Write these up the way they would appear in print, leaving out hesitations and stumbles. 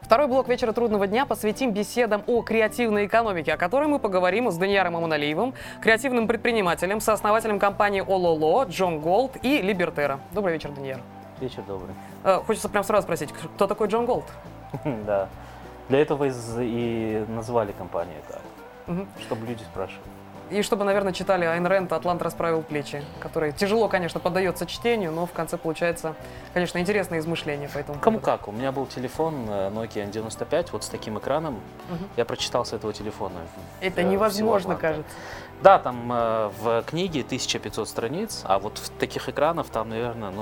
Второй блок «Вечера трудного дня» посвятим беседам о креативной экономике, о которой мы поговорим с Данияром Аманалиевым, креативным предпринимателем, сооснователем компании Ололо, Джон Голд и Либертера. Добрый вечер, Данияр. Вечер добрый. Хочется прямо сразу спросить, кто такой Джон Голд? Да. Для этого и назвали компанию так, чтобы люди спрашивали. И чтобы, наверное, читали Айн Рэнд «Атлант расправил плечи», который тяжело, конечно, поддается чтению, но в конце получается, конечно, интересное измышление по этому Кому поводу. как. У меня был телефон Nokia N95 вот с таким экраном. Я прочитал с этого телефона. Это невозможно, кажется. Да, там в книге 1500 страниц, а вот в таких экранах там, наверное,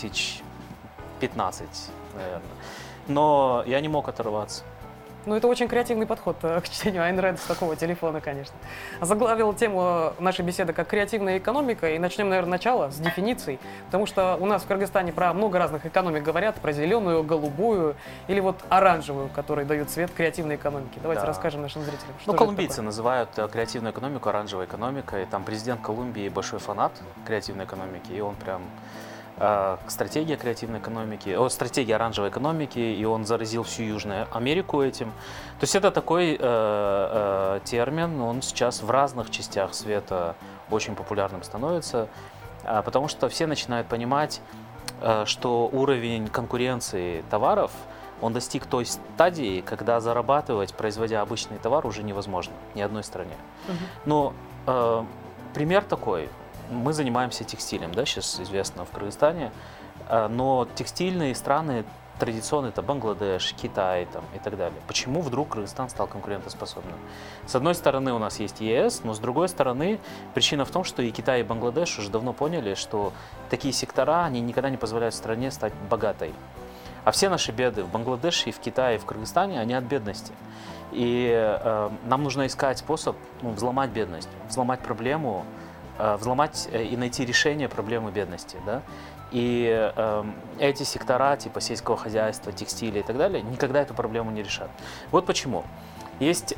1015, наверное. Но я не мог оторваться. Ну, это очень креативный подход к чтению Айн Рэнд с такого телефона, конечно. Заглавил тему нашей беседы как «Креативная экономика». И начнем, наверное, начало с дефиниций. Потому что у нас в Кыргызстане про много разных экономик говорят. Про зеленую, голубую или вот оранжевую, которые дают цвет креативной экономике. Давайте расскажем нашим зрителям, что колумбийцы называют креативную экономику оранжевой экономикой. Там президент Колумбии большой фанат креативной экономики. И он прям... стратегия креативной экономики, стратегия оранжевой экономики, и он заразил всю Южную Америку этим. То есть это такой термин, он сейчас в разных частях света очень популярным становится, потому что все начинают понимать, что уровень конкуренции товаров, он достиг той стадии, когда зарабатывать, производя обычный товар, уже невозможно ни одной стране. Но пример такой. Мы занимаемся текстилем, да, сейчас известно в Кыргызстане, но текстильные страны традиционно это Бангладеш, Китай там, и так далее. Почему вдруг Кыргызстан стал конкурентоспособным? С одной стороны у нас есть ЕС, но с другой стороны причина в том, что и Китай, и Бангладеш уже давно поняли, что такие сектора, они никогда не позволяют стране стать богатой. А все наши беды в Бангладеше, и в Китае, и в Кыргызстане, они от бедности. И нам нужно искать способ взломать бедность, взломать проблему, взломать и найти решение проблемы бедности. Да? И эти сектора, типа сельского хозяйства, текстиля и так далее, никогда эту проблему не решат. Вот почему. Есть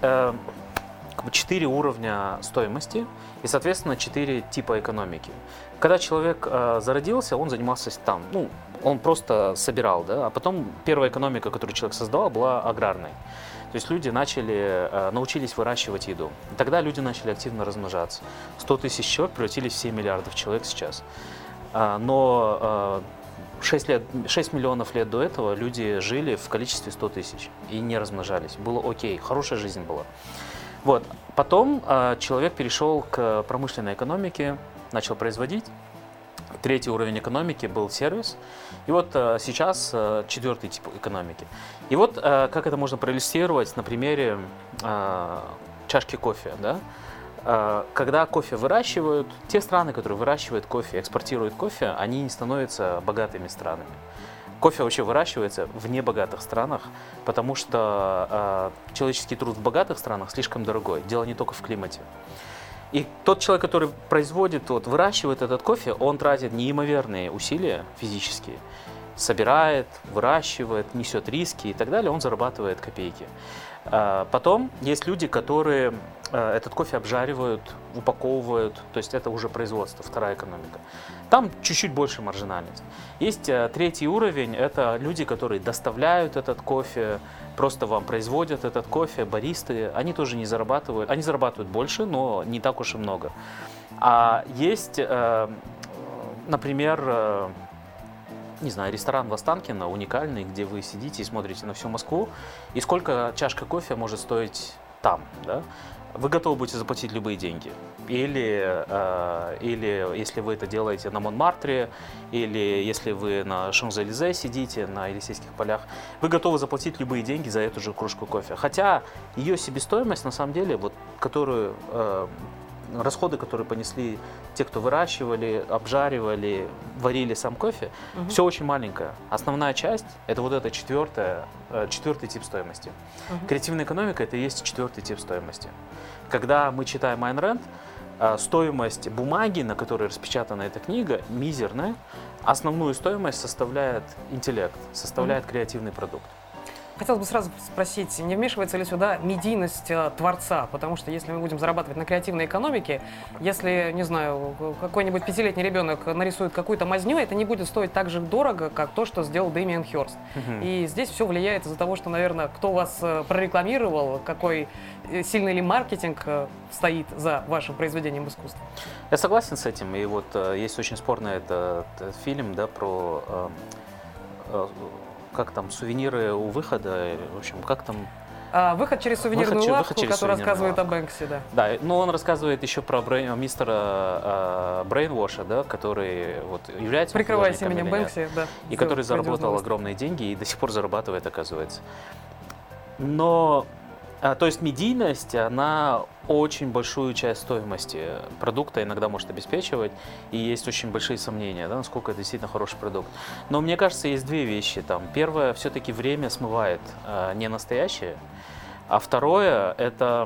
4 уровня стоимости и, соответственно, 4 типа экономики. Когда человек зародился, он занимался там, он просто собирал, да? А потом первая экономика, которую человек создавал, была аграрной. То есть люди научились выращивать еду. И тогда люди начали активно размножаться. 100 тысяч человек превратились в 7 миллиардов человек сейчас. Но 6 миллионов лет до этого люди жили в количестве 100 тысяч и не размножались. Было окей, хорошая жизнь была. Вот. Потом человек перешел к промышленной экономике, начал производить. Третий уровень экономики был сервис. И вот сейчас 4-й тип экономики. И вот как это можно проиллюстрировать на примере чашки кофе. Да? Когда кофе выращивают, те страны, которые выращивают кофе, экспортируют кофе, они не становятся богатыми странами. Кофе вообще выращивается в небогатых странах, потому что человеческий труд в богатых странах слишком дорогой. Дело не только в климате. И тот человек, который производит, выращивает этот кофе, он тратит неимоверные усилия физические, собирает, выращивает, несет риски и так далее, он зарабатывает копейки. Потом есть люди, которые этот кофе обжаривают, упаковывают, то есть это уже производство, вторая экономика. Там чуть-чуть больше маржинальность. Есть третий уровень, это люди, которые доставляют этот кофе, просто вам производят этот кофе, баристы, они тоже не зарабатывают, они зарабатывают больше, но не так уж и много. А есть, например, не знаю, ресторан в Останкино уникальный, где вы сидите и смотрите на всю Москву, и сколько чашка кофе может стоить там, да? Вы готовы будете заплатить любые деньги. Или если вы это делаете на Монмартре, или если вы на Шанзелизе сидите, на Елисейских полях, вы готовы заплатить любые деньги за эту же кружку кофе. Хотя ее себестоимость, на самом деле, расходы, которые понесли те, кто выращивали, обжаривали, варили сам кофе, все очень маленькое. Основная часть – это вот это четвертый тип стоимости. Креативная экономика – это и есть 4-й тип стоимости. Когда мы читаем Айн Рэнд, стоимость бумаги, на которой распечатана эта книга, мизерная. Основную стоимость составляет интеллект, составляет креативный продукт. Хотелось бы сразу спросить, не вмешивается ли сюда медийность творца? Потому что если мы будем зарабатывать на креативной экономике, если, не знаю, какой-нибудь пятилетний ребенок нарисует какую-то мазню, это не будет стоить так же дорого, как то, что сделал Дэмиан Хёрст. И здесь все влияет из-за того, что, наверное, кто вас прорекламировал, какой сильный ли маркетинг стоит за вашим произведением искусства. Я согласен с этим. И вот есть очень спорный этот фильм, да, про как там, сувениры у выхода, в общем, как там... Выход через сувенирную лавку, который рассказывает о Бэнксе, да. Да, но он рассказывает еще про мистера Брейнвоша, да, который вот является прикрываясь именем Бэнкси, да. И который заработал огромные деньги и до сих пор зарабатывает, оказывается. Но, то есть медийность, она очень большую часть стоимости продукта иногда может обеспечивать, и есть очень большие сомнения, да, насколько это действительно хороший продукт. Но мне кажется, есть две вещи. Там. Первое, все-таки время смывает не настоящее, а второе,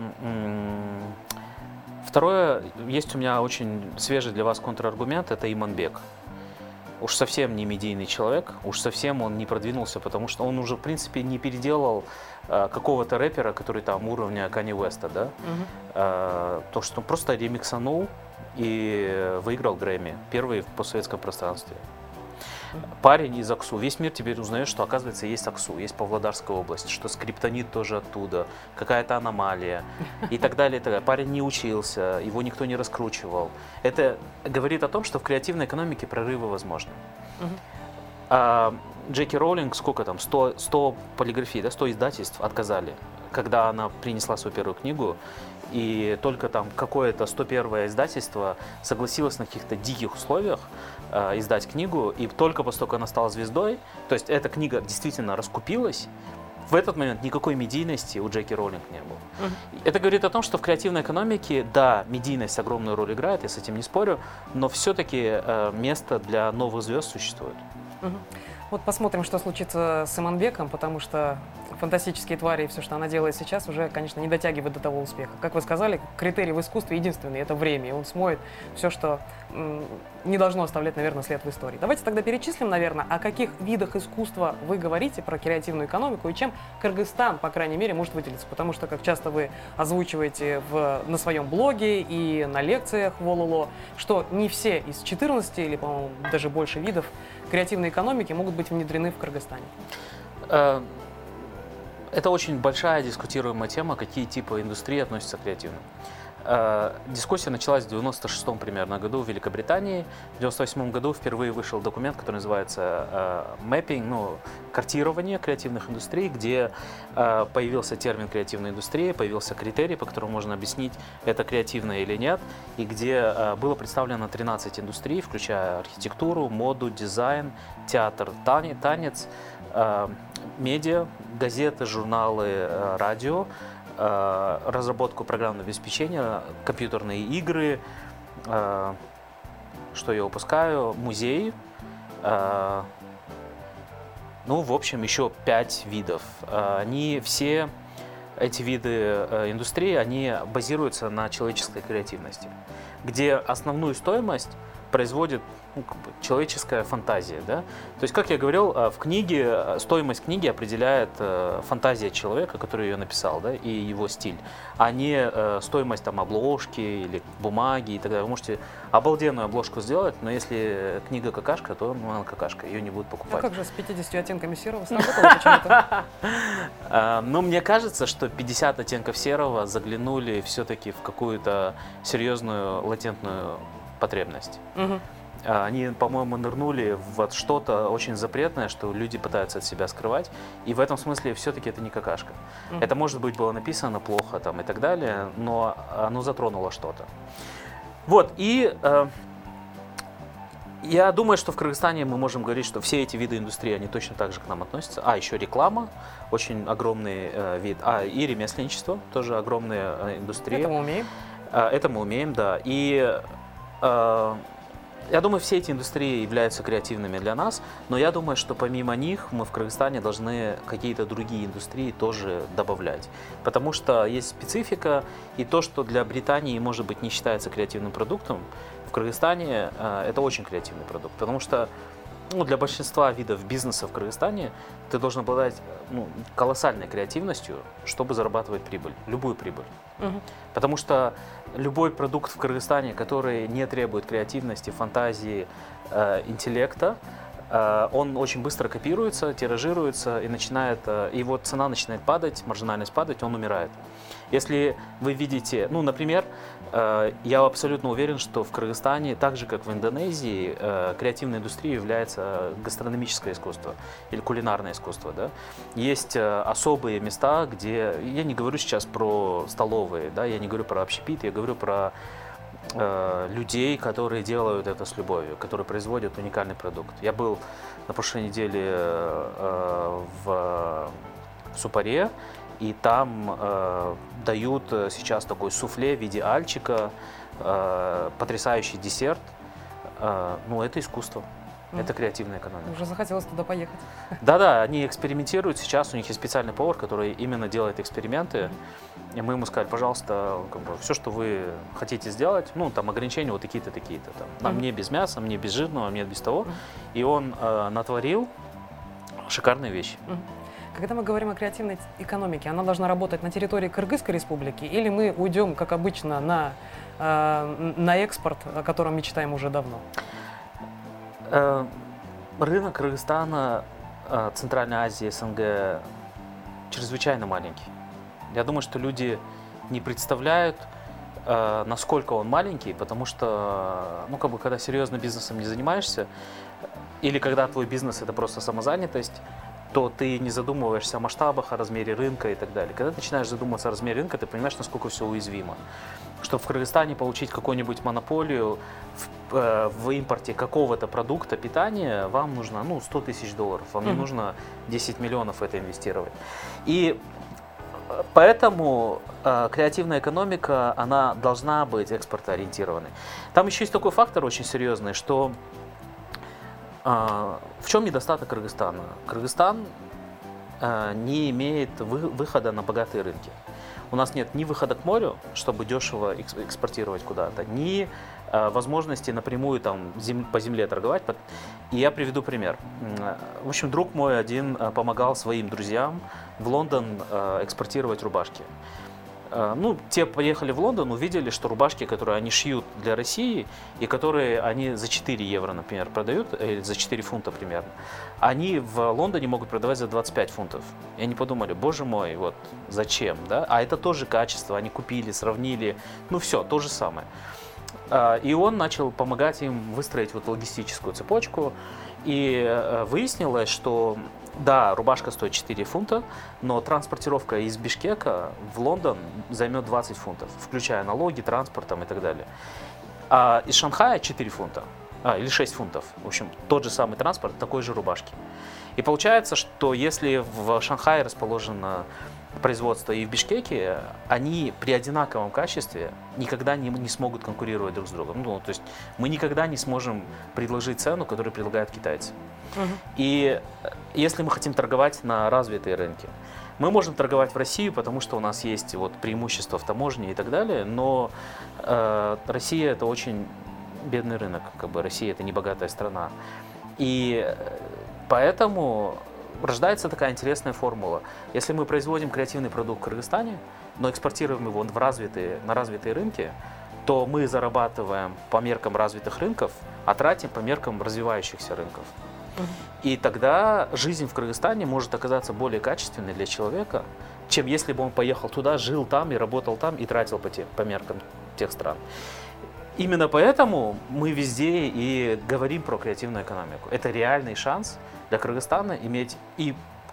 есть у меня очень свежий для вас контраргумент, это Иманбек. Уж совсем не медийный человек, уж совсем он не продвинулся, потому что он уже, в принципе, не переделал какого-то рэпера, который там уровня Канье Уэста, да? То, что он просто ремиксанул и выиграл Грэмми, первый в постсоветском пространстве. Парень из Аксу. Весь мир теперь узнает, что, оказывается, есть Аксу, есть Павлодарская область, что скриптонит тоже оттуда, какая-то аномалия и так далее, и так далее. Парень не учился, его никто не раскручивал. Это говорит о том, что в креативной экономике прорывы возможны. А Джеки Роулинг, сколько там, 100 полиграфий, да, 100 издательств отказали, когда она принесла свою первую книгу, и только там какое-то 101-е издательство согласилось на каких-то диких условиях издать книгу, и только после того, как она стала звездой, то есть эта книга действительно раскупилась, в этот момент никакой медийности у Джеки Роулинг не было. Это говорит о том, что в креативной экономике, да, медийность огромную роль играет, я с этим не спорю, но все-таки место для новых звезд существует. Вот посмотрим, что случится с Иманбеком, потому что фантастические твари и все, что она делает сейчас, уже, конечно, не дотягивает до того успеха. Как вы сказали, критерий в искусстве единственный – это время, и он смоет все, что не должно оставлять, наверное, след в истории. Давайте тогда перечислим, наверное, о каких видах искусства вы говорите про креативную экономику и чем Кыргызстан, по крайней мере, может выделиться. Потому что, как часто вы озвучиваете на своем блоге и на лекциях в ОЛОЛО, что не все из 14 или, по-моему, даже больше видов креативной экономики могут быть внедрены в Кыргызстане. Это очень большая дискутируемая тема, какие типы индустрии относятся к креативным. Дискуссия началась в 96-м примерно году в Великобритании. В 98-м году впервые вышел документ, который называется mapping, картирование креативных индустрий, где появился термин креативная индустрия, появился критерий, по которому можно объяснить, это креативное или нет, и где было представлено 13 индустрий, включая архитектуру, моду, дизайн, театр, танец, медиа, газеты, журналы, радио, разработку программного обеспечения, компьютерные игры, что я упускаю, музей, в общем, еще 5 видов. Они все, эти виды индустрии, они базируются на человеческой креативности, где основную стоимость производит человеческая фантазия. Да? То есть, как я говорил, в книге, стоимость книги определяет фантазия человека, который ее написал, да, и его стиль, а не стоимость там, обложки или бумаги и так далее. Вы можете обалденную обложку сделать, но если книга какашка, то она какашка, ее не будут покупать. А как же с 50 оттенками серого сработало почему-то? Мне кажется, что 50 оттенков серого заглянули все-таки в какую-то серьезную латентную потребность. Они, по-моему, нырнули в что-то очень запретное, что люди пытаются от себя скрывать. И в этом смысле все-таки это не какашка. Это, может быть, было написано плохо там, и так далее, но оно затронуло что-то. Вот, и я думаю, что в Кыргызстане мы можем говорить, что все эти виды индустрии, они точно так же к нам относятся. Еще реклама, очень огромный вид. И ремесленничество, тоже огромная индустрия. Это мы умеем? Это мы умеем, да. И я думаю, все эти индустрии являются креативными для нас, но я думаю, что помимо них мы в Кыргызстане должны какие-то другие индустрии тоже добавлять. Потому что есть специфика, и то, что для Британии, может быть, не считается креативным продуктом, в Кыргызстане это очень креативный продукт. Потому что Ну, для большинства видов бизнеса в Кыргызстане ты должен обладать колоссальной креативностью, чтобы зарабатывать прибыль, любую прибыль. Потому что любой продукт в Кыргызстане, который не требует креативности, фантазии, интеллекта, он очень быстро копируется, тиражируется и его цена начинает падать, маржинальность падать, он умирает. Если вы видите, например, я абсолютно уверен, что в Кыргызстане, так же как в Индонезии, креативной индустрией является гастрономическое искусство или кулинарное искусство. Да? Есть особые места, где, я не говорю сейчас про столовые, да, я не говорю про общепит, я говорю про людей, которые делают это с любовью, которые производят уникальный продукт. Я был на прошлой неделе в Супаре, и там дают сейчас такой суфле в виде альчика, потрясающий десерт. Это искусство. Это креативная экономика. Уже захотелось туда поехать. Да, они экспериментируют сейчас, у них есть специальный повар, который именно делает эксперименты. И мы ему сказали, пожалуйста, все, что вы хотите сделать, там ограничения вот такие-то, такие-то. А мне без мяса, мне без жирного, мне без того. И он натворил шикарные вещи. Когда мы говорим о креативной экономике, она должна работать на территории Кыргызской республики, или мы уйдем, как обычно, на экспорт, о котором мечтаем уже давно? Рынок Кыргызстана, Центральной Азии, СНГ чрезвычайно маленький. Я думаю, что люди не представляют, насколько он маленький, потому что, когда серьезно бизнесом не занимаешься, или когда твой бизнес это просто самозанятость, то ты не задумываешься о масштабах, о размере рынка и так далее. Когда ты начинаешь задумываться о размере рынка, ты понимаешь, насколько все уязвимо. Чтобы в Кыргызстане получить какую-нибудь монополию в импорте какого-то продукта питания, вам нужно $100 тысяч, вам не нужно 10 миллионов в это инвестировать. И поэтому креативная экономика, она должна быть экспортоориентированной. Там еще есть такой фактор очень серьезный, что в чем недостаток Кыргызстана? Кыргызстан не имеет выхода на богатые рынки. У нас нет ни выхода к морю, чтобы дешево экспортировать куда-то, ни возможности напрямую по земле торговать. И я приведу пример. В общем, друг мой один помогал своим друзьям в Лондон экспортировать рубашки. Те поехали в Лондон, увидели, что рубашки, которые они шьют для России, и которые они за 4 евро, например, продают, или за 4 фунта примерно, они в Лондоне могут продавать за 25 фунтов. И они подумали, боже мой, вот зачем, да? А это тоже качество, они купили, сравнили, все, то же самое. И он начал помогать им выстроить логистическую цепочку, и выяснилось, что да, рубашка стоит 4 фунта, но транспортировка из Бишкека в Лондон займет 20 фунтов, включая налоги, транспорт и так далее. А из Шанхая 4 фунта, или 6 фунтов. В общем, тот же самый транспорт, такой же рубашки. И получается, что если в Шанхае расположено производство и в Бишкеке, они при одинаковом качестве никогда не смогут конкурировать друг с другом. То есть мы никогда не сможем предложить цену, которую предлагают китайцы. И если мы хотим торговать на развитые рынки, мы можем торговать в Россию, потому что у нас есть преимущества в таможне и так далее, но Россия это очень бедный рынок, Россия это не богатая страна. И поэтому рождается такая интересная формула. Если мы производим креативный продукт в Кыргызстане, но экспортируем его на развитые рынки, то мы зарабатываем по меркам развитых рынков, а тратим по меркам развивающихся рынков. И тогда жизнь в Кыргызстане может оказаться более качественной для человека, чем если бы он поехал туда, жил там и работал там и тратил по меркам тех стран. Именно поэтому мы везде и говорим про креативную экономику. Это реальный шанс для Кыргызстана иметь и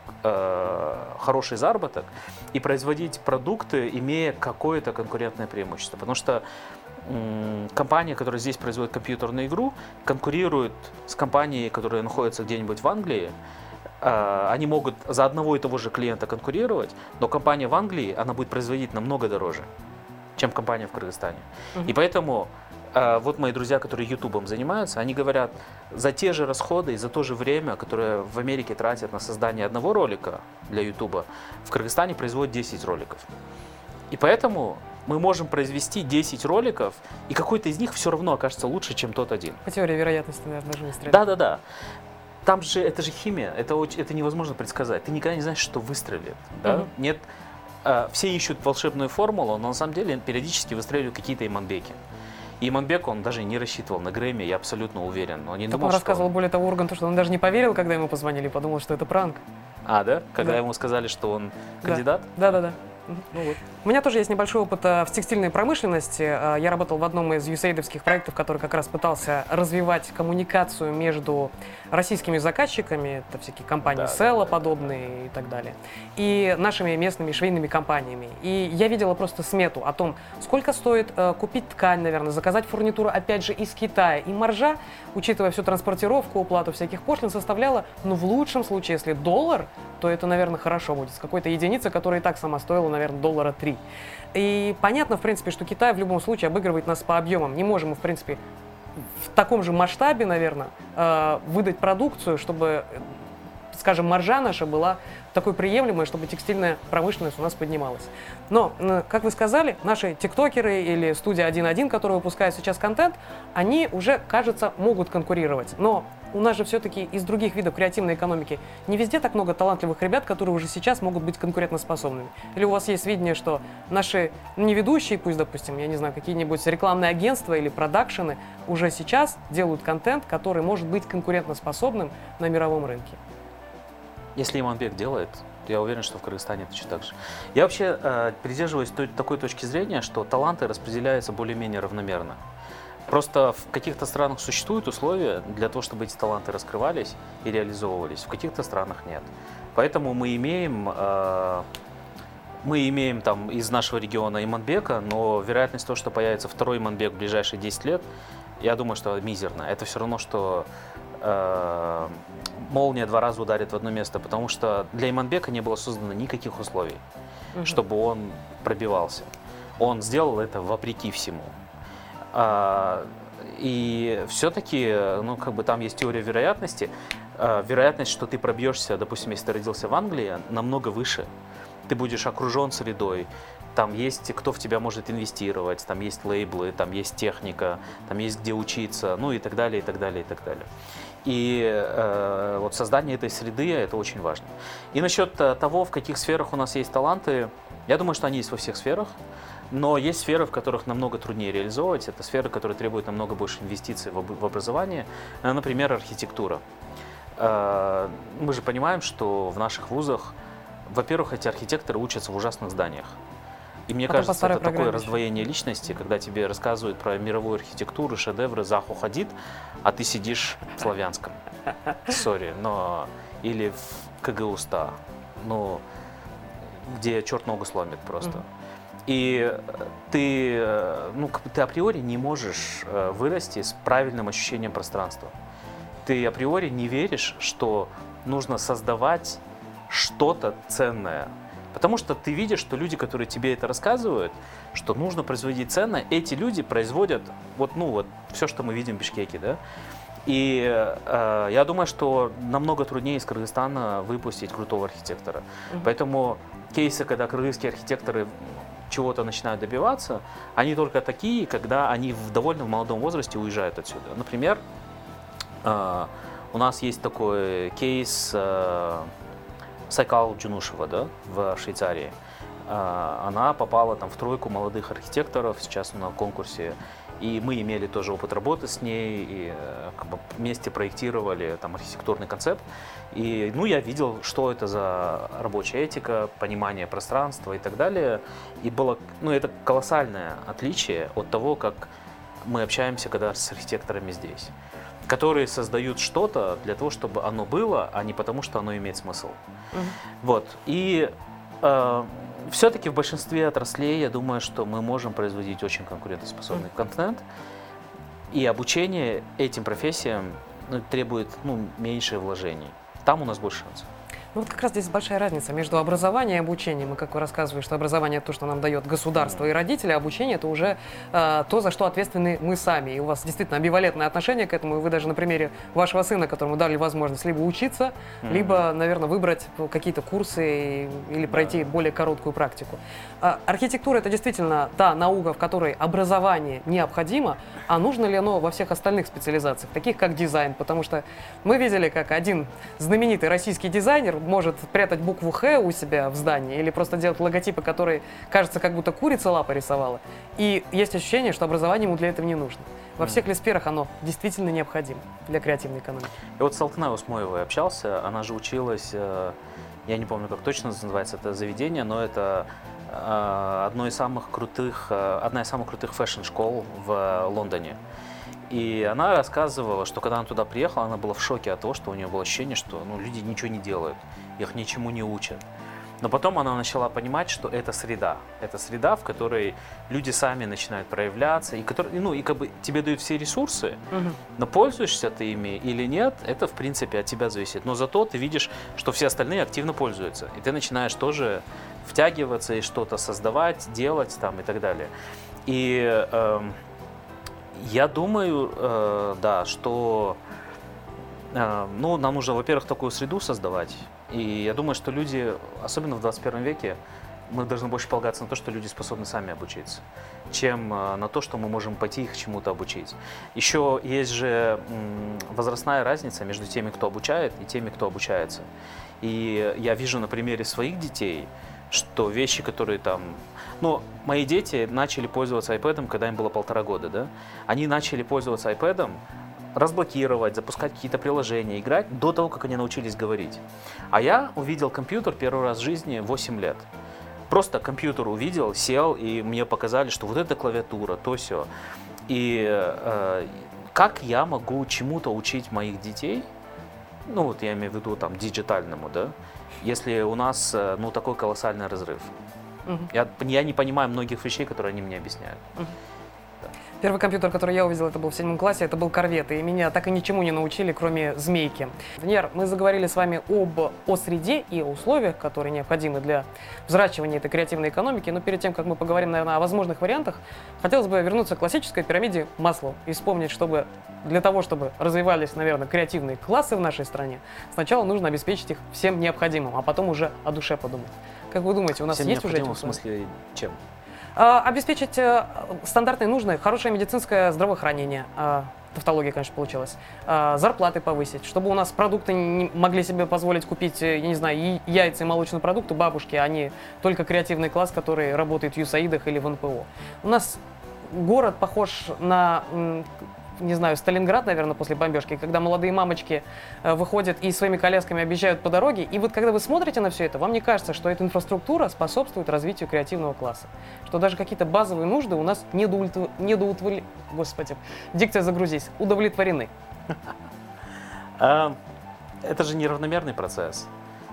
хороший заработок, и производить продукты, имея какое-то конкурентное преимущество. Потому что компания, которая здесь производит компьютерную игру, конкурирует с компанией, которая находится где-нибудь в Англии. Они могут за одного и того же клиента конкурировать, но компания в Англии, она будет производить намного дороже, чем компания в Кыргызстане. И поэтому вот мои друзья, которые ютубом занимаются, они говорят, за те же расходы и за то же время, которое в Америке тратят на создание одного ролика для ютуба, в Кыргызстане производят 10 роликов. И поэтому мы можем произвести 10 роликов, и какой-то из них все равно окажется лучше, чем тот один. По теории вероятности, наверное, даже выстрелит. Да. там же, это же химия, это невозможно предсказать. Ты никогда не знаешь, что выстрелит. Да? Нет, все ищут волшебную формулу, но на самом деле периодически выстреливают какие-то иманбеки. И Иманбек, он даже не рассчитывал на Грэмми, я абсолютно уверен. Он не думал, он рассказывал, более того, Урганту, что он даже не поверил, когда ему позвонили, подумал, что это пранк. Да? Когда ему сказали, что он кандидат? Да. Ну вот. У меня тоже есть небольшой опыт в текстильной промышленности. Я работал в одном из USAID-овских проектов, который как раз пытался развивать коммуникацию между российскими заказчиками, это всякие компании Села подобные и так далее, и нашими местными швейными компаниями. И я видела просто смету о том, сколько стоит купить ткань, наверное, заказать фурнитуру, опять же, из Китая. И маржа, учитывая всю транспортировку, оплату всяких пошлин, составляла, ну, в лучшем случае, если $1, то это, наверное, хорошо будет. С какой-то единицы, которая и так сама стоила, наверное, $3. И понятно, в принципе, что Китай в любом случае обыгрывает нас по объемам. Не можем мы, в принципе, в таком же масштабе, наверное, выдать продукцию, чтобы, скажем, маржа наша была такой приемлемой, чтобы текстильная промышленность у нас поднималась. Но, как вы сказали, наши тиктокеры или студия 1.1, которые выпускают сейчас контент, они уже, кажется, могут конкурировать. Но у нас же все-таки из других видов креативной экономики не везде так много талантливых ребят, которые уже сейчас могут быть конкурентоспособными. Или у вас есть видение, что наши не ведущие, пусть, допустим, я не знаю, какие-нибудь рекламные агентства или продакшены уже сейчас делают контент, который может быть конкурентоспособным на мировом рынке? Если Иманбек делает, я уверен, что в Кыргызстане точно так же. Я вообще придерживаюсь такой точки зрения, что таланты распределяются более-менее равномерно. Просто в каких-то странах существуют условия для того, чтобы эти таланты раскрывались и реализовывались, в каких-то странах нет. Поэтому мы имеем там из нашего региона Иманбека, но вероятность того, что появится второй Иманбек в ближайшие 10 лет, я думаю, что мизерная. Это все равно, что молния 2 раза ударит в одно место, потому что для Иманбека не было создано никаких условий, чтобы он пробивался. Он сделал это вопреки всему. И все-таки, ну, как бы там есть теория вероятности. Вероятность, что ты пробьешься, допустим, если ты родился в Англии, намного выше. Ты будешь окружен средой. Там есть кто в тебя может инвестировать, там есть лейблы, там есть техника, там есть где учиться, ну и так далее, и так далее, и так далее. И вот создание этой среды – это очень важно. И насчет того, в каких сферах у нас есть таланты, я думаю, что они есть во всех сферах, но есть сферы, в которых намного труднее реализовывать. Это сферы, которые требуют намного больше инвестиций в образование, например, архитектура. Мы же понимаем, что в наших вузах, во-первых, эти архитекторы учатся в ужасных зданиях. И мне кажется, это такое раздвоение личности, когда тебе рассказывают про мировую архитектуру, шедевры Заху Хадид, а ты сидишь в Славянском. Сори, но... Или в КГУ-100, ну, где черт ногу сломит просто. И ты априори не можешь вырасти с правильным ощущением пространства. Ты априори не веришь, что нужно создавать что-то ценное. Потому что ты видишь, что люди, которые тебе это рассказывают, что нужно производить ценное, эти люди производят вот все, что мы видим в Бишкеке, да. И я думаю, что намного труднее из Кыргызстана выпустить крутого архитектора. Поэтому кейсы, когда кыргызские архитекторы чего-то начинают добиваться, они только такие, когда они в довольно молодом возрасте уезжают отсюда. Например, у нас есть такой кейс Сайкал Джунушева, да, в Швейцарии. Она попала там в тройку молодых архитекторов, сейчас на конкурсе. И мы имели тоже опыт работы с ней, и как бы вместе проектировали там архитектурный концепт. И я видел, что это за рабочая этика, понимание пространства и так далее. И было, это колоссальное отличие от того, как мы общаемся когда с архитекторами здесь, которые создают что-то для того, чтобы оно было, а не потому, что оно имеет смысл. Вот. И все-таки в большинстве отраслей, я думаю, что мы можем производить очень конкурентоспособный контент. И обучение этим профессиям требует меньше вложений. Там у нас больше шансов. Ну вот как раз здесь большая разница между образованием и обучением. И как вы рассказывали, что образование — это то, что нам дает государство и родители, а обучение — это уже то, за что ответственны мы сами. И у вас действительно амбивалентное отношение к этому, и вы даже на примере вашего сына, которому дали возможность либо учиться, либо, наверное, выбрать какие-то курсы или пройти более короткую практику. Архитектура — это действительно та наука, в которой образование необходимо, а нужно ли оно во всех остальных специализациях, таких как дизайн, потому что мы видели, как один знаменитый российский дизайнер может прятать букву «Х» у себя в здании или просто делать логотипы, которые, кажется, как будто курица лапы рисовала. И есть ощущение, что образование ему для этого не нужно. Во всех ли сферах оно действительно необходимо для креативной экономики? И вот с Алтынай Усмоевой общался, она же училась, я не помню, как точно называется это заведение, но это одна из самых крутых фэшн-школ в Лондоне. И она рассказывала, что когда она туда приехала, она была в шоке от того, что у нее было ощущение, что люди ничего не делают, их ничему не учат. Но потом она начала понимать, что это среда, в которой люди сами начинают проявляться, и как бы тебе дают все ресурсы, но пользуешься ты ими или нет, это в принципе от тебя зависит. Но зато ты видишь, что все остальные активно пользуются, и ты начинаешь тоже втягиваться и что-то создавать, делать там и так далее. И я думаю, что нам нужно, во-первых, такую среду создавать. И я думаю, что люди, особенно в 21 веке, мы должны больше полагаться на то, что люди способны сами обучиться, чем на то, что мы можем пойти их чему-то обучить. Еще есть же возрастная разница между теми, кто обучает, и теми, кто обучается. И я вижу на примере своих детей, что вещи, которые мои дети начали пользоваться iPad, когда им было 1,5 года, да? Они начали пользоваться iPad, разблокировать, запускать какие-то приложения, играть до того, как они научились говорить. А я увидел компьютер первый раз в жизни в 8 лет. Просто компьютер увидел, сел, и мне показали, что вот эта клавиатура, то все. И как я могу чему-то учить моих детей, я имею в виду диджитальному, да, если у нас такой колоссальный разрыв. Я не понимаю многих вещей, которые они мне объясняют. Первый компьютер, который я увидел, это был в 7 классе, это был Корвет, и меня так и ничему не научили, кроме змейки. Венер, мы заговорили с вами о среде и о условиях, которые необходимы для взращивания этой креативной экономики, но перед тем, как мы поговорим, наверное, о возможных вариантах, хотелось бы вернуться к классической пирамиде Маслоу и вспомнить, чтобы для того, чтобы развивались, наверное, креативные классы в нашей стране, сначала нужно обеспечить их всем необходимым, а потом уже о душе подумать. Как вы думаете, у нас всем есть уже эти условия? В смысле, чем? Обеспечить стандартные нужные, хорошее медицинское здравоохранение, тавтология, конечно, получилась, зарплаты повысить, чтобы у нас продукты не могли себе позволить купить, я не знаю, яйца и молочные продукты бабушки, а не только креативный класс, который работает в ЮСАИДах или в НПО. У нас город похож на, не знаю, Сталинград, наверное, после бомбежки, когда молодые мамочки выходят и своими колясками объезжают по дороге. И вот когда вы смотрите на все это, вам не кажется, что эта инфраструктура способствует развитию креативного класса? Что даже какие-то базовые нужды у нас Господи, дикция загрузись, удовлетворены. Это же неравномерный процесс.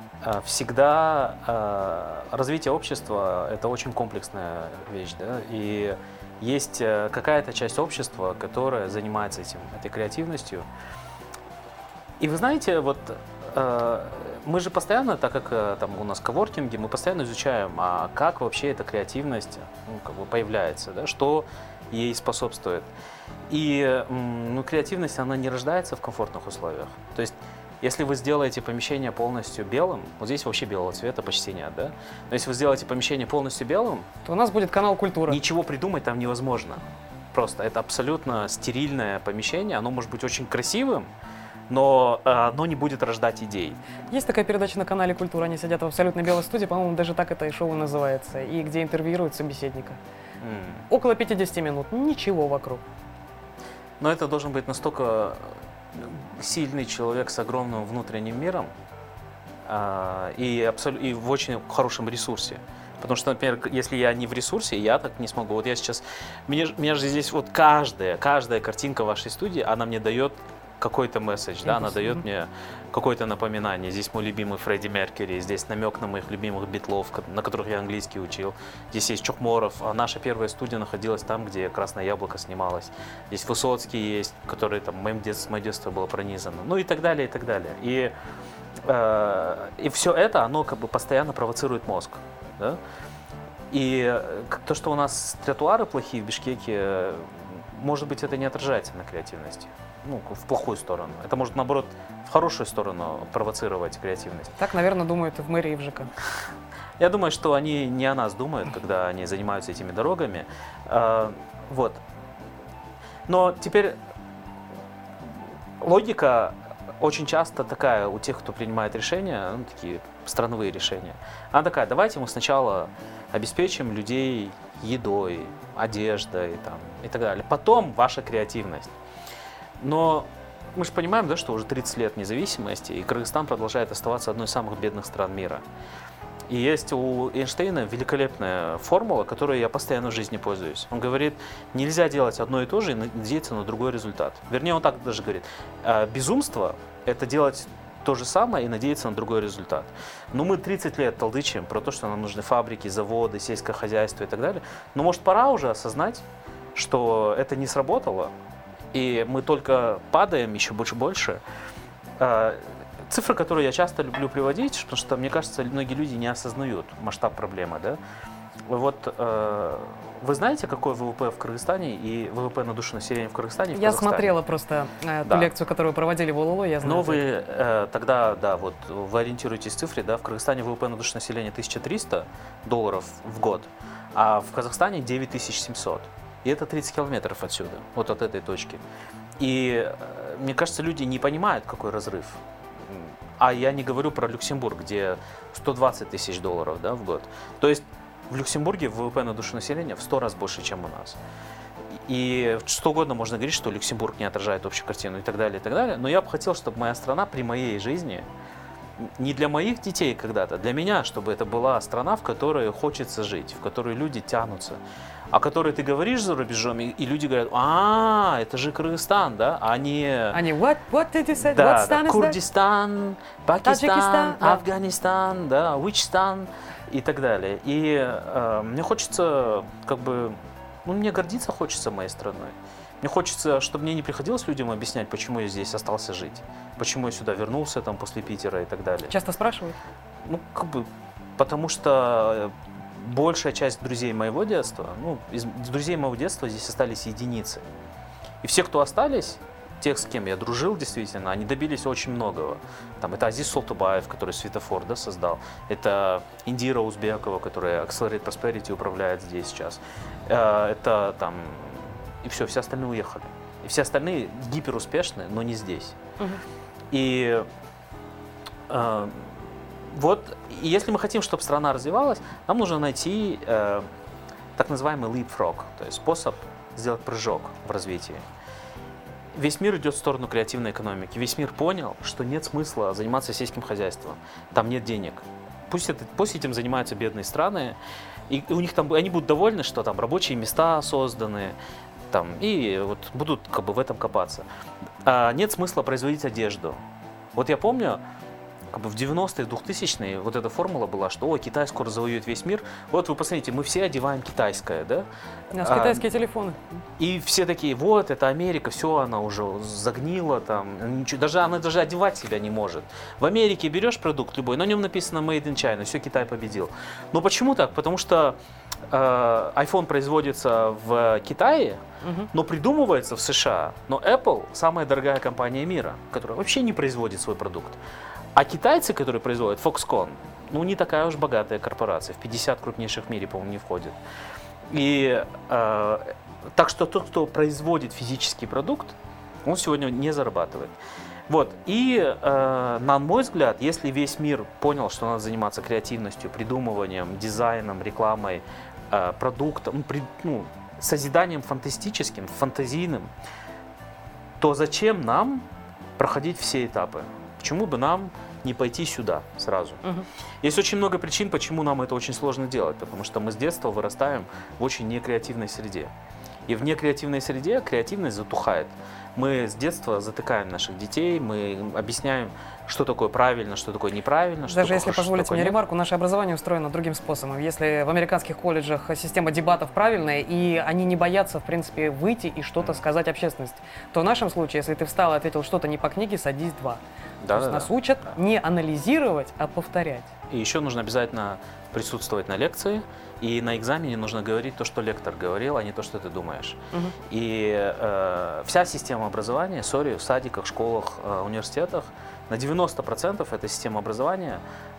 Всегда развитие общества – это очень комплексная вещь, да? И есть какая-то часть общества, которая занимается этой креативностью. И вы знаете, мы же постоянно, так как у нас коворкинги, мы постоянно изучаем, как вообще эта креативность появляется, да, что ей способствует. И креативность, она не рождается в комфортных условиях. То есть, если вы сделаете помещение полностью белым, вот здесь вообще белого цвета почти нет, да? Но если вы сделаете помещение полностью белым, то у нас будет канал «Культура». Ничего придумать там невозможно. Просто это абсолютно стерильное помещение, оно может быть очень красивым, но оно не будет рождать идей. Есть такая передача на канале «Культура», они сидят в абсолютно белой студии, по-моему, даже так это и шоу называется, и где интервьюируют собеседника. Около 50 минут, ничего вокруг. Но это должен быть настолько сильный человек с огромным внутренним миром и в очень хорошем ресурсе. Потому что, например, если я не в ресурсе, я так не смогу. Вот я сейчас, меня же здесь каждая картинка вашей студии, она мне дает какой-то месседж, да, она дает мне какое-то напоминание. Здесь мой любимый Фредди Меркьюри, здесь намек на моих любимых Битлов, на которых я английский учил. Здесь есть Чухморов, а наша первая студия находилась там, где «Красное яблоко» снималось. Здесь Высоцкий есть, который с моего детства было пронизано. Ну и так далее, и так далее. И И все это, оно как бы постоянно провоцирует мозг. Да? И то, что у нас тротуары плохие в Бишкеке, может быть, это не отражается на креативности. Ну, в плохую сторону. Это может, наоборот, в хорошую сторону провоцировать креативность. Так, наверное, думают и в мэрии, и в ЖК. Я думаю, что они не о нас думают, когда они занимаются этими дорогами. Вот. Но теперь логика очень часто такая у тех, кто принимает решения, ну, такие страновые решения. Она такая: давайте мы сначала обеспечим людей едой, одеждой там, и так далее. Потом ваша креативность. Но мы же понимаем, да, что уже 30 лет независимости, и Кыргызстан продолжает оставаться одной из самых бедных стран мира. И есть у Эйнштейна великолепная формула, которой я постоянно в жизни пользуюсь. Он говорит, нельзя делать одно и то же и надеяться на другой результат. Вернее, он так даже говорит, безумство – это делать то же самое и надеяться на другой результат. Но мы 30 лет толдычим про то, что нам нужны фабрики, заводы, сельское хозяйство и так далее. Но может пора уже осознать, что это не сработало, и мы только падаем еще больше. Цифры, которые я часто люблю приводить, потому что, мне кажется, многие люди не осознают масштаб проблемы. Да? Вот вы знаете, какой ВВП в Кыргызстане и ВВП на душу населения в Кыргызстане и в Казахстане? Я смотрела просто ту лекцию, которую проводили в ОЛО, я знаю. Но вы тогда, да, вот вы ориентируетесь в цифре, да, в Кыргызстане ВВП на душу населения $1300 в год, а в Казахстане 9700. И это 30 километров отсюда, вот от этой точки. И мне кажется, люди не понимают, какой разрыв. А я не говорю про Люксембург, где $120 тысяч, да, в год. То есть в Люксембурге ВВП на душу населения в 100 раз больше, чем у нас. И что угодно можно говорить, что Люксембург не отражает общую картину и так далее, и так далее. Но я бы хотел, чтобы моя страна при моей жизни, не для моих детей когда-то, для меня, чтобы это была страна, в которой хочется жить, в которой люди тянутся. О которой ты говоришь за рубежом, и люди говорят, это же Кыргызстан, да, а не... what did you say? Да, What stan is that? Курдистан, Пакистан, Таджикистан, да. Афганистан, да, Уичстан и так далее. И мне хочется, как бы, мне гордиться хочется моей страной. Мне хочется, чтобы мне не приходилось людям объяснять, почему я здесь остался жить, почему я сюда вернулся там после Питера и так далее. Часто спрашивают? Ну, как бы, потому что большая часть друзей моего детства, из друзей моего детства здесь остались единицы. И все, кто остались, тех, с кем я дружил действительно, они добились очень многого. Там, это Азиз Солтубаев, который Светофор, да, создал. Это Индира Узбекова, которая Accelerate Prosperity управляет здесь сейчас. Это там... И все остальные уехали. И все остальные гиперуспешны, но не здесь. И вот, и если мы хотим, чтобы страна развивалась, нам нужно найти так называемый leapfrog, то есть способ сделать прыжок в развитии. Весь мир идет в сторону креативной экономики. Весь мир понял, что нет смысла заниматься сельским хозяйством. Там нет денег. Пусть этим занимаются бедные страны, и у них там, они будут довольны, что там рабочие места созданы, там, и вот будут как бы в этом копаться. Нет смысла производить одежду. Вот я помню, как бы в 90-е, 2000-е вот эта формула была, что Китай скоро завоюет весь мир. Вот вы посмотрите, мы все одеваем китайское, да? У нас китайские телефоны. И все такие, вот, это Америка, все, она уже загнила, там, ничего, она даже одевать себя не может. В Америке берешь продукт любой, на нем написано Made in China, все, Китай победил. Но почему так? Потому что iPhone производится в Китае, но придумывается в США. Но Apple самая дорогая компания мира, которая вообще не производит свой продукт. А китайцы, которые производят Foxconn, не такая уж богатая корпорация, в 50 крупнейших в мире, по-моему, не входит. И так что тот, кто производит физический продукт, он сегодня не зарабатывает. Вот. И, на мой взгляд, если весь мир понял, что надо заниматься креативностью, придумыванием, дизайном, рекламой, продуктом, созиданием фантастическим, фантазийным, то зачем нам проходить все этапы? Почему бы нам не пойти сюда сразу? Есть очень много причин, почему нам это очень сложно делать, потому что мы с детства вырастаем в очень некреативной среде. И в некреативной среде креативность затухает. Мы с детства затыкаем наших детей, мы им объясняем, что такое правильно, что такое неправильно. Даже если позволите мне ремарку, наше образование устроено другим способом. Если в американских колледжах система дебатов правильная, и они не боятся, в принципе, выйти и что-то сказать общественности, то в нашем случае, если ты встал и ответил что-то не по книге, садись 2. То есть нас учат не анализировать, а повторять. И еще нужно обязательно присутствовать на лекции, и на экзамене нужно говорить то, что лектор говорил, а не то, что ты думаешь. И вся система образования, в садиках, школах, университетах, на 90% эта система образования,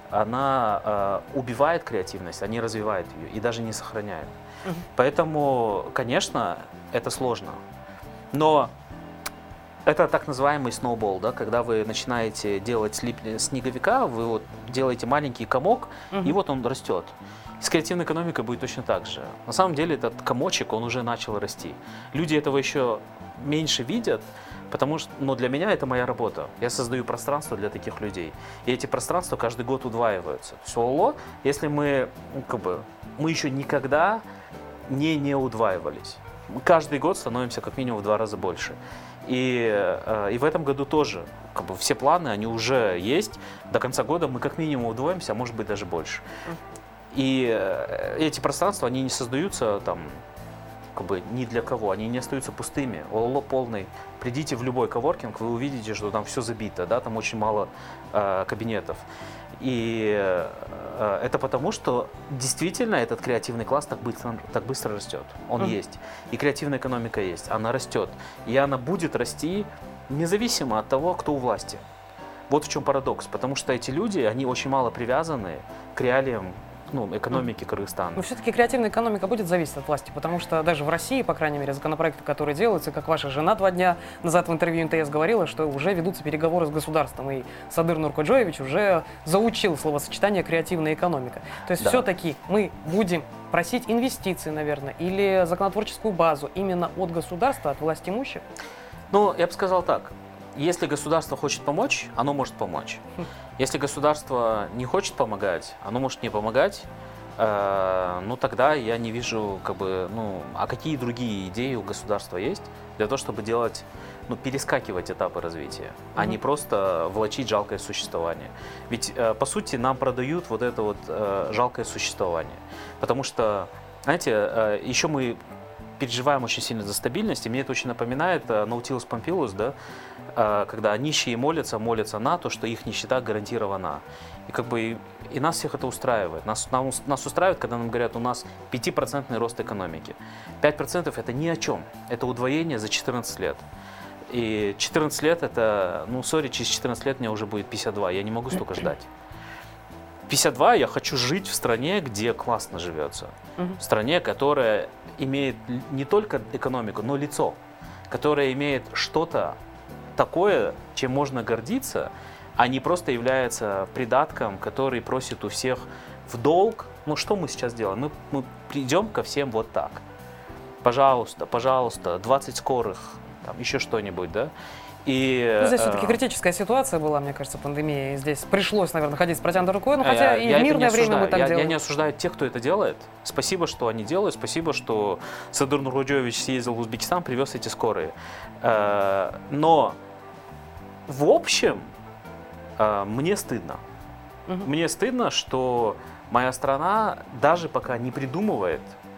она убивает креативность, а не развивает ее и даже не сохраняет. Поэтому, конечно, это сложно. Но это так называемый сноубол, да, когда вы начинаете делать снеговика, вы вот делаете маленький комок, и вот он растет. С креативной экономикой будет точно так же. На самом деле этот комочек, он уже начал расти. Люди этого еще меньше видят, потому что, но для меня это моя работа. Я создаю пространство для таких людей. И эти пространства каждый год удваиваются. То есть ООО, если мы еще никогда не удваивались. Мы каждый год становимся как минимум в 2 раза больше. И в этом году тоже все планы, они уже есть. До конца года мы как минимум удвоимся, а может быть даже больше. И эти пространства, они не создаются там, ни для кого, они не остаются пустыми. ООО полный. Придите в любой коворкинг, вы увидите, что там все забито, да, там очень мало кабинетов. И это потому, что действительно этот креативный класс так быстро растет. Он есть. И креативная экономика есть. Она растет. И она будет расти независимо от того, кто у власти. Вот в чем парадокс. Потому что эти люди, они очень мало привязаны к реалиям экономики Кыргызстана. Но все-таки креативная экономика будет зависеть от власти, потому что даже в России, по крайней мере, законопроекты, которые делаются, как ваша жена 2 дня назад в интервью МТС говорила, что уже ведутся переговоры с государством, и Садыр Нуркоджоевич уже заучил словосочетание «креативная экономика». То есть все-таки мы будем просить инвестиции, наверное, или законотворческую базу именно от государства, от властимущих? Ну, я бы сказал так. Если государство хочет помочь, оно может помочь. Если государство не хочет помогать, оно может не помогать, тогда я не вижу, а какие другие идеи у государства есть для того, чтобы делать, перескакивать этапы развития, а не просто влачить жалкое существование. Ведь, по сути, нам продают вот это вот жалкое существование. Потому что, знаете, еще мы переживаем очень сильно за стабильность, и мне это очень напоминает Наутилус Помпилиус, да, когда нищие молятся на то, что их нищета гарантирована. И нас всех это устраивает. Нас устраивает, когда нам говорят, у нас 5% рост экономики. 5% это ни о чем. Это удвоение за 14 лет. И 14 лет это, через 14 лет мне уже будет 52. Я не могу столько ждать. 52 я хочу жить в стране, где классно живется. В стране, которая имеет не только экономику, но лицо. Которая имеет что-то такое, чем можно гордиться, а не просто является придатком, который просит у всех в долг. Что мы сейчас делаем? Мы придем ко всем вот так. Пожалуйста, пожалуйста, 20 скорых, там, еще что-нибудь, да? И, здесь все-таки критическая ситуация была, мне кажется, пандемия. Здесь пришлось, наверное, ходить с протянутой рукой, но хотя и в мирное время мы так делаем. Я не осуждаю тех, кто это делает. Спасибо, что они делают. Спасибо, что Садыр Нуркоджоевич съездил в Узбекистан, привез эти скорые. Но в общем мне стыдно. Мне стыдно, что моя страна даже пока не придумывает,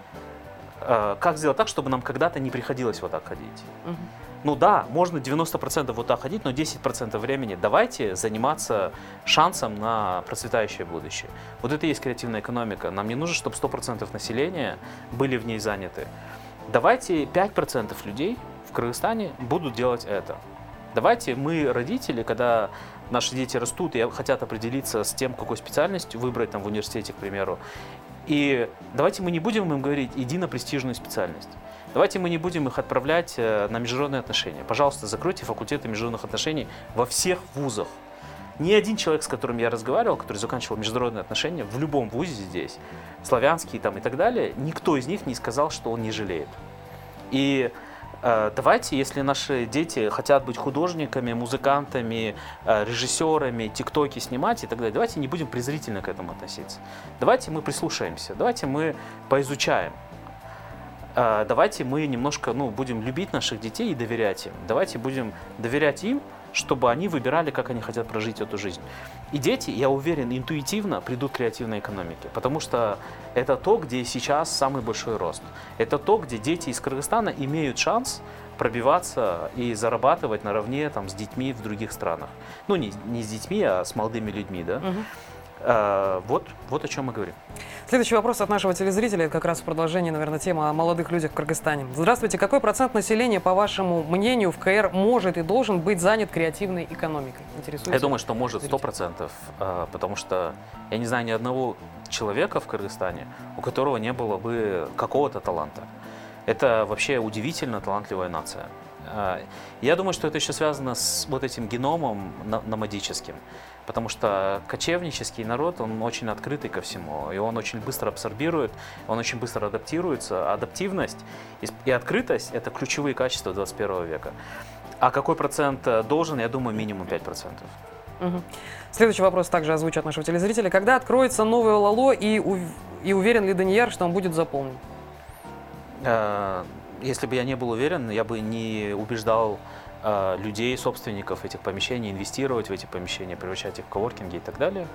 как сделать так, чтобы нам когда-то не приходилось вот так ходить. Да, можно 90% вот так ходить, но 10% времени давайте заниматься шансом на процветающее будущее. Вот это и есть креативная экономика. Нам не нужно, чтобы 100% населения были в ней заняты. Давайте 5% людей в Кыргызстане будут делать это. Давайте мы, родители, когда наши дети растут и хотят определиться с тем, какой специальностью выбрать там в университете, к примеру, и давайте мы не будем им говорить, иди на престижную специальность. Давайте мы не будем их отправлять на международные отношения. Пожалуйста, закройте факультеты международных отношений во всех вузах. Ни один человек, с которым я разговаривал, который заканчивал международные отношения, в любом вузе здесь, славянский там и так далее, никто из них не сказал, что он не жалеет. И давайте, если наши дети хотят быть художниками, музыкантами, режиссерами, тиктоки снимать и так далее, давайте не будем презрительно к этому относиться. Давайте мы прислушаемся, давайте мы поизучаем. давайте мы немножко будем любить наших детей и доверять им. Давайте будем доверять им, чтобы они выбирали, как они хотят прожить эту жизнь. И дети, я уверен, интуитивно придут к креативной экономике, потому что это то, где сейчас самый большой рост. Это то, где дети из Кыргызстана имеют шанс пробиваться и зарабатывать наравне с детьми в других странах. Ну, не с детьми, а с молодыми людьми, да? Вот о чем мы говорим. Следующий вопрос от нашего телезрителя, как раз в продолжении, наверное, темы о молодых людях в Кыргызстане. Здравствуйте, какой процент населения, по вашему мнению, в КР может и должен быть занят креативной экономикой? Интересуется? Я думаю, что может 100%, потому что я не знаю ни одного человека в Кыргызстане, у которого не было бы какого-то таланта. Это вообще удивительно талантливая нация. Я думаю, что это еще связано с вот этим геномом номадическим, потому что кочевнический народ, он очень открытый ко всему, и он очень быстро абсорбирует, он очень быстро адаптируется. Адаптивность и открытость – это ключевые качества 21 века. А какой процент должен, я думаю, минимум 5%. Угу. Следующий вопрос также озвучу от нашего телезрителя. Когда откроется новое ЛАЛО и уверен ли Данияр, что он будет заполнен? Если бы я не был уверен, я бы не убеждал людей, собственников этих помещений, инвестировать в эти помещения, превращать их в коворкинги и так далее.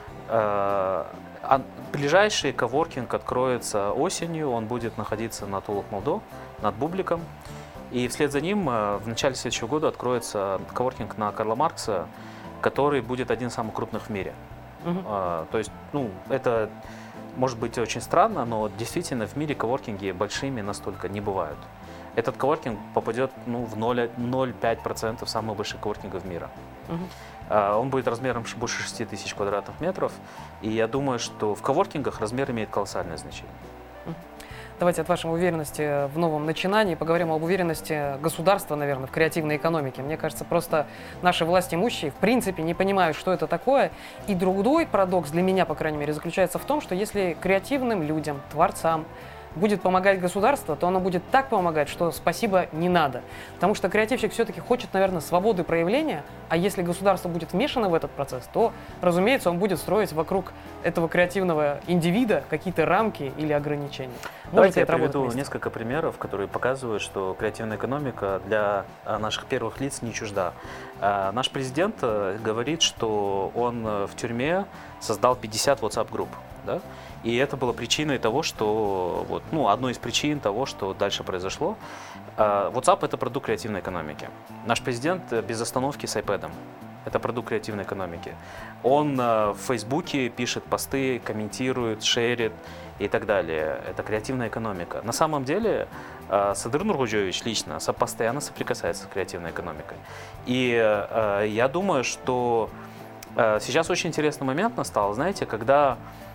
Ближайший коворкинг откроется осенью, он будет находиться на Тулук-Молдо, над Бубликом. И вслед за ним в начале следующего года откроется коворкинг на Карла Маркса, который будет один из самых крупных в мире. То есть, это может быть очень странно, но действительно в мире коворкинги большими настолько не бывают. Этот коворкинг попадет в 0,05% самых больших коворкингов мира. Он будет размером больше 6 тысяч квадратных метров. И я думаю, что в коворкингах размер имеет колоссальное значение. Давайте от вашей уверенности в новом начинании поговорим об уверенности государства, наверное, в креативной экономике. Мне кажется, просто наши властимущие в принципе не понимают, что это такое. И другой парадокс для меня, по крайней мере, заключается в том, что если креативным людям, творцам будет помогать государство, то оно будет так помогать, что спасибо не надо. Потому что креативщик все-таки хочет, наверное, свободы проявления, а если государство будет вмешано в этот процесс, то, разумеется, он будет строить вокруг этого креативного индивида какие-то рамки или ограничения. Давайте я приведу несколько примеров, которые показывают, что креативная экономика для наших первых лиц не чужда. Наш президент говорит, что он в тюрьме создал 50 WhatsApp-групп. Да? И это было причиной того, что одной из причин того, что дальше произошло. WhatsApp – это продукт креативной экономики. Наш президент без остановки с iPad. Это продукт креативной экономики. Он в Фейсбуке пишет посты, комментирует, шерит и так далее. Это креативная экономика. На самом деле Садыр Нургужевич лично постоянно соприкасается с креативной экономикой. И я думаю, что сейчас очень интересный момент настал, знаете, когда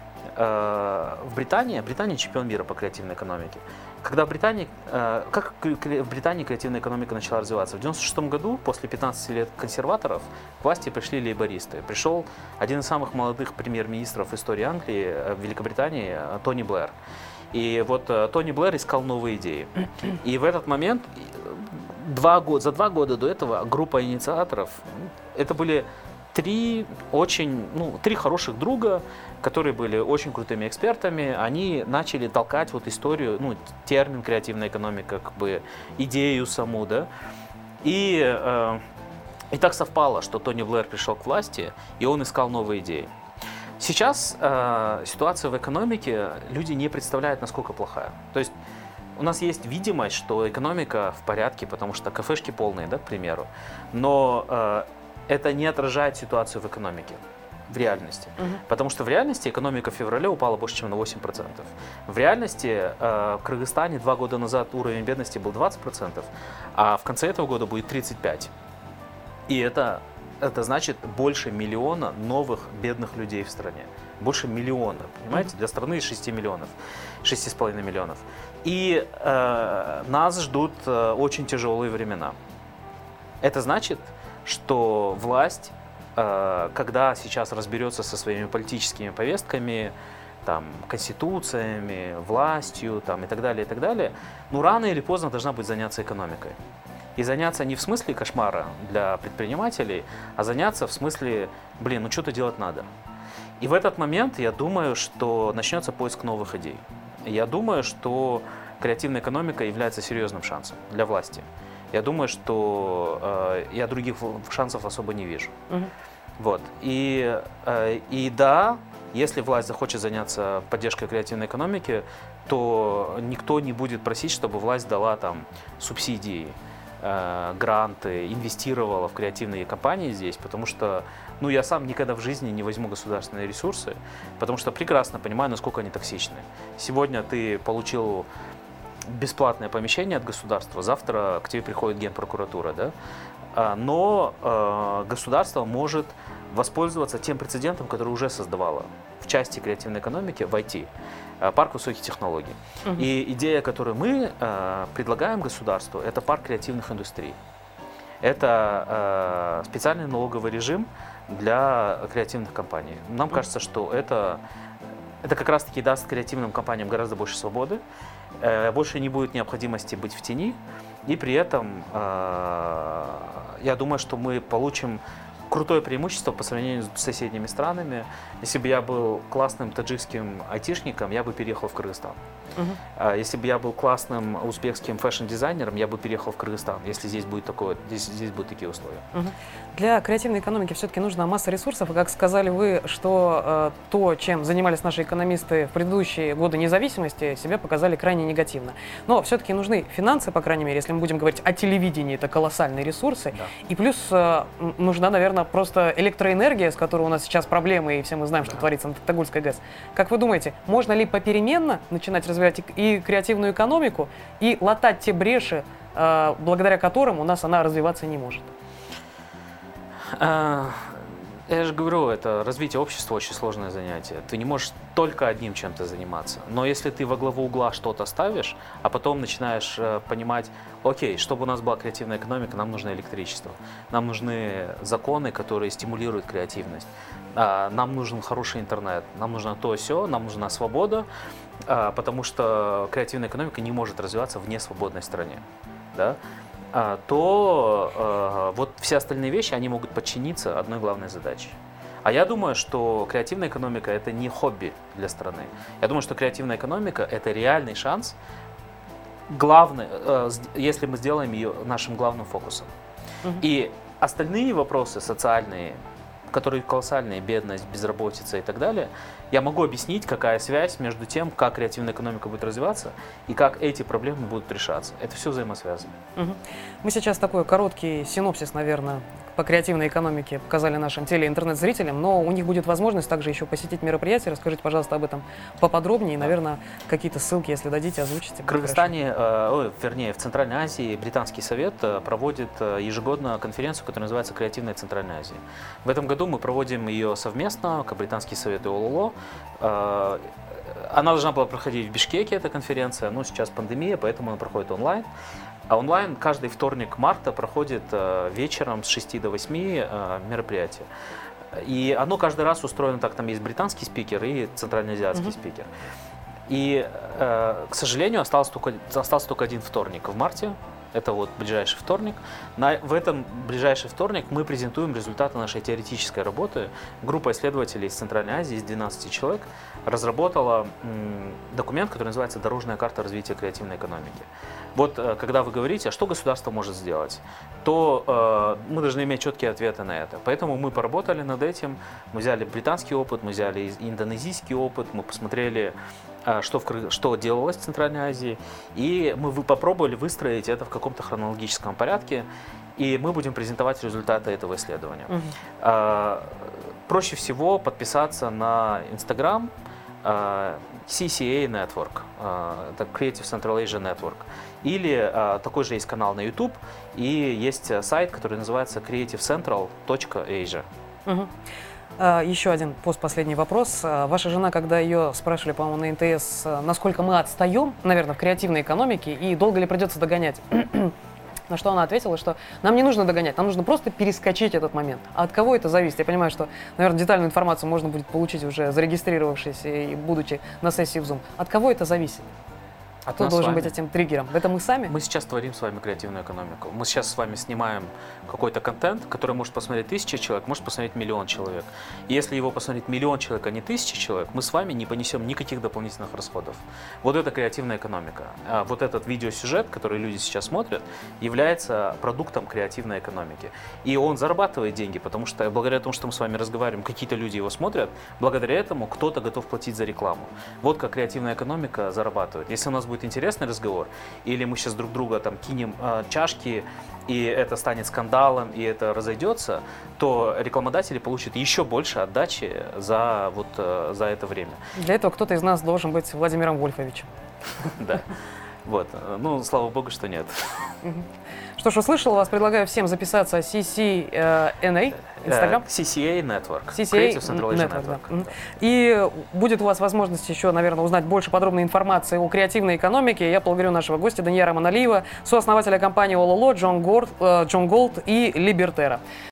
в Британии чемпион мира по креативной экономике. Когда как в Британии креативная экономика начала развиваться? В 1996 году, после 15 лет консерваторов, к власти пришли лейбористы. Пришел один из самых молодых премьер-министров истории Англии, Великобритании, Тони Блэр. И вот Тони Блэр искал новые идеи. И в этот момент, за 2 года до этого, группа инициаторов, это были три хороших друга, которые были очень крутыми экспертами, они начали толкать историю, термин креативная экономика, идею саму, да. И так совпало, что Тони Блэр пришел к власти, и он искал новые идеи. Сейчас ситуация в экономике, люди не представляют, насколько плохая. То есть у нас есть видимость, что экономика в порядке, потому что кафешки полные, да, к примеру, но это не отражает ситуацию в экономике, в реальности. Потому что в реальности экономика в феврале упала больше, чем на 8%. В реальности в Кыргызстане 2 года назад уровень бедности был 20%, а в конце этого года будет 35%. И это значит больше миллиона новых бедных людей в стране. Больше миллиона, понимаете? Для страны 6 миллионов, 6,5 миллионов. И нас ждут очень тяжелые времена. Это значит, что власть, когда сейчас разберется со своими политическими повестками, конституциями, властью и так далее, рано или поздно должна будет заняться экономикой. И заняться не в смысле кошмара для предпринимателей, а заняться в смысле, что-то делать надо. И в этот момент я думаю, что начнется поиск новых идей. Я думаю, что креативная экономика является серьезным шансом для власти. Я думаю, что я других шансов особо не вижу. Вот. И да, если власть захочет заняться поддержкой креативной экономики, то никто не будет просить, чтобы власть дала там субсидии, гранты, инвестировала в креативные компании здесь, потому что я сам никогда в жизни не возьму государственные ресурсы, потому что прекрасно понимаю, насколько они токсичны. Сегодня ты получил бесплатное помещение от государства, завтра к тебе приходит Генпрокуратура, да? Но государство может воспользоваться тем прецедентом, который уже создавало в части креативной экономики в IT, парк высоких технологий. И идея, которую мы предлагаем государству, это парк креативных индустрий. Это специальный налоговый режим для креативных компаний. Нам кажется, что это как раз-таки даст креативным компаниям гораздо больше свободы, больше не будет необходимости быть в тени, и при этом я думаю, что мы получим крутое преимущество по сравнению с соседними странами. Если бы я был классным таджикским айтишником, я бы переехал в Кыргызстан. Если бы я был классным узбекским фэшн-дизайнером, я бы переехал в Кыргызстан, если здесь будут такие условия. Для креативной экономики все-таки нужна масса ресурсов. И как сказали вы, что то, чем занимались наши экономисты в предыдущие годы независимости, себя показали крайне негативно. Но все-таки нужны финансы, по крайней мере, если мы будем говорить о телевидении, это колоссальные ресурсы. Да. И плюс нужна, наверное, просто электроэнергия, с которой у нас сейчас проблемы, и все мы знаем, что творится на Токтагульской ГЭС. Как вы думаете, можно ли попеременно начинать развивать и креативную экономику, и латать те бреши, благодаря которым у нас она развиваться не может? Я же говорю, это развитие общества очень сложное занятие. Ты не можешь только одним чем-то заниматься. Но если ты во главу угла что-то ставишь, а потом начинаешь понимать, окей, чтобы у нас была креативная экономика, нам нужно электричество, нам нужны законы, которые стимулируют креативность, нам нужен хороший интернет, нам нужно то и сё, нам нужна свобода, потому что креативная экономика не может развиваться в несвободной стране. Да? То вот все остальные вещи, они могут подчиниться одной главной задаче. А я думаю, что креативная экономика – это не хобби для страны. Я думаю, что креативная экономика – это реальный шанс, главный, если мы сделаем ее нашим главным фокусом. И остальные вопросы социальные, которые колоссальные, бедность, безработица и так далее, я могу объяснить, какая связь между тем, как креативная экономика будет развиваться и как эти проблемы будут решаться. Это все взаимосвязано. Мы сейчас такой короткий синопсис, наверное, по креативной экономике показали нашим теле- и интернет-зрителям, но у них будет возможность также еще посетить мероприятие. Расскажите, пожалуйста, об этом поподробнее, и, наверное, какие-то ссылки, если дадите, озвучите. В Кыргызстане, вернее, в Центральной Азии Британский совет проводит ежегодно конференцию, которая называется «Креативная Центральная Азия». В этом году мы проводим ее совместно, как Британский совет и ОЛО. Она должна была проходить в Бишкеке, эта конференция, но сейчас пандемия, поэтому она проходит онлайн. А онлайн каждый вторник марта проходит вечером с 6 до 8 мероприятие. И оно каждый раз устроено так, там есть британский спикер и центральноазиатский спикер. И, к сожалению, остался только один вторник в марте. Это вот ближайший вторник. В этом ближайший вторник мы презентуем результаты нашей теоретической работы. Группа исследователей из Центральной Азии, из 12 человек, разработала документ, который называется «Дорожная карта развития креативной экономики». Вот когда вы говорите, а что государство может сделать, то мы должны иметь четкие ответы на это. Поэтому мы поработали над этим, мы взяли британский опыт, мы взяли индонезийский опыт, мы посмотрели, что делалось в Центральной Азии, и мы попробовали выстроить это в каком-то хронологическом порядке, и мы будем презентовать результаты этого исследования. Проще всего подписаться на Instagram CCA Network, это Creative Central Asia Network, или такой же есть канал на YouTube, и есть сайт, который называется creativecentral.asia. Еще один постпоследний вопрос. Ваша жена, когда ее спрашивали, по-моему, на НТС, насколько мы отстаем, наверное, в креативной экономике, и долго ли придется догонять, на что она ответила, что нам не нужно догонять, нам нужно просто перескочить этот момент. А от кого это зависит? Я понимаю, что, наверное, детальную информацию можно будет получить уже зарегистрировавшись и будучи на сессии в Zoom. От кого это зависит? Кто должен быть этим триггером? Это мы сами? Мы сейчас творим с вами креативную экономику. Мы сейчас с вами снимаем какой-то контент, который может посмотреть 1000 человек, может посмотреть 1 000 000 человек. И если его посмотреть 1 000 000 человек, а не 1000 человек, мы с вами не понесем никаких дополнительных расходов. Вот это креативная экономика. Вот этот видеосюжет, который люди сейчас смотрят, является продуктом креативной экономики. И он зарабатывает деньги, потому что благодаря тому, что мы с вами разговариваем, какие-то люди его смотрят, благодаря этому кто-то готов платить за рекламу. Вот как креативная экономика зарабатывает. Если у нас будет интересный разговор, или мы сейчас друг друга там кинем чашки, и это станет скандалом, и это разойдется, то рекламодатели получат еще больше отдачи за это время. Для этого кто-то из нас должен быть Владимиром Вольфовичем. Да. Вот. Ну, слава богу, что нет. Что ж, услышал вас, предлагаю всем записаться CCNA, Instagram. CCA Network. CCA Creative Centralization Network, да. Да. И будет у вас возможность еще, наверное, узнать больше подробной информации о креативной экономике. Я благодарю нашего гостя Данияра Маналиева, сооснователя компании Ололо, Джон Голд и Либертера.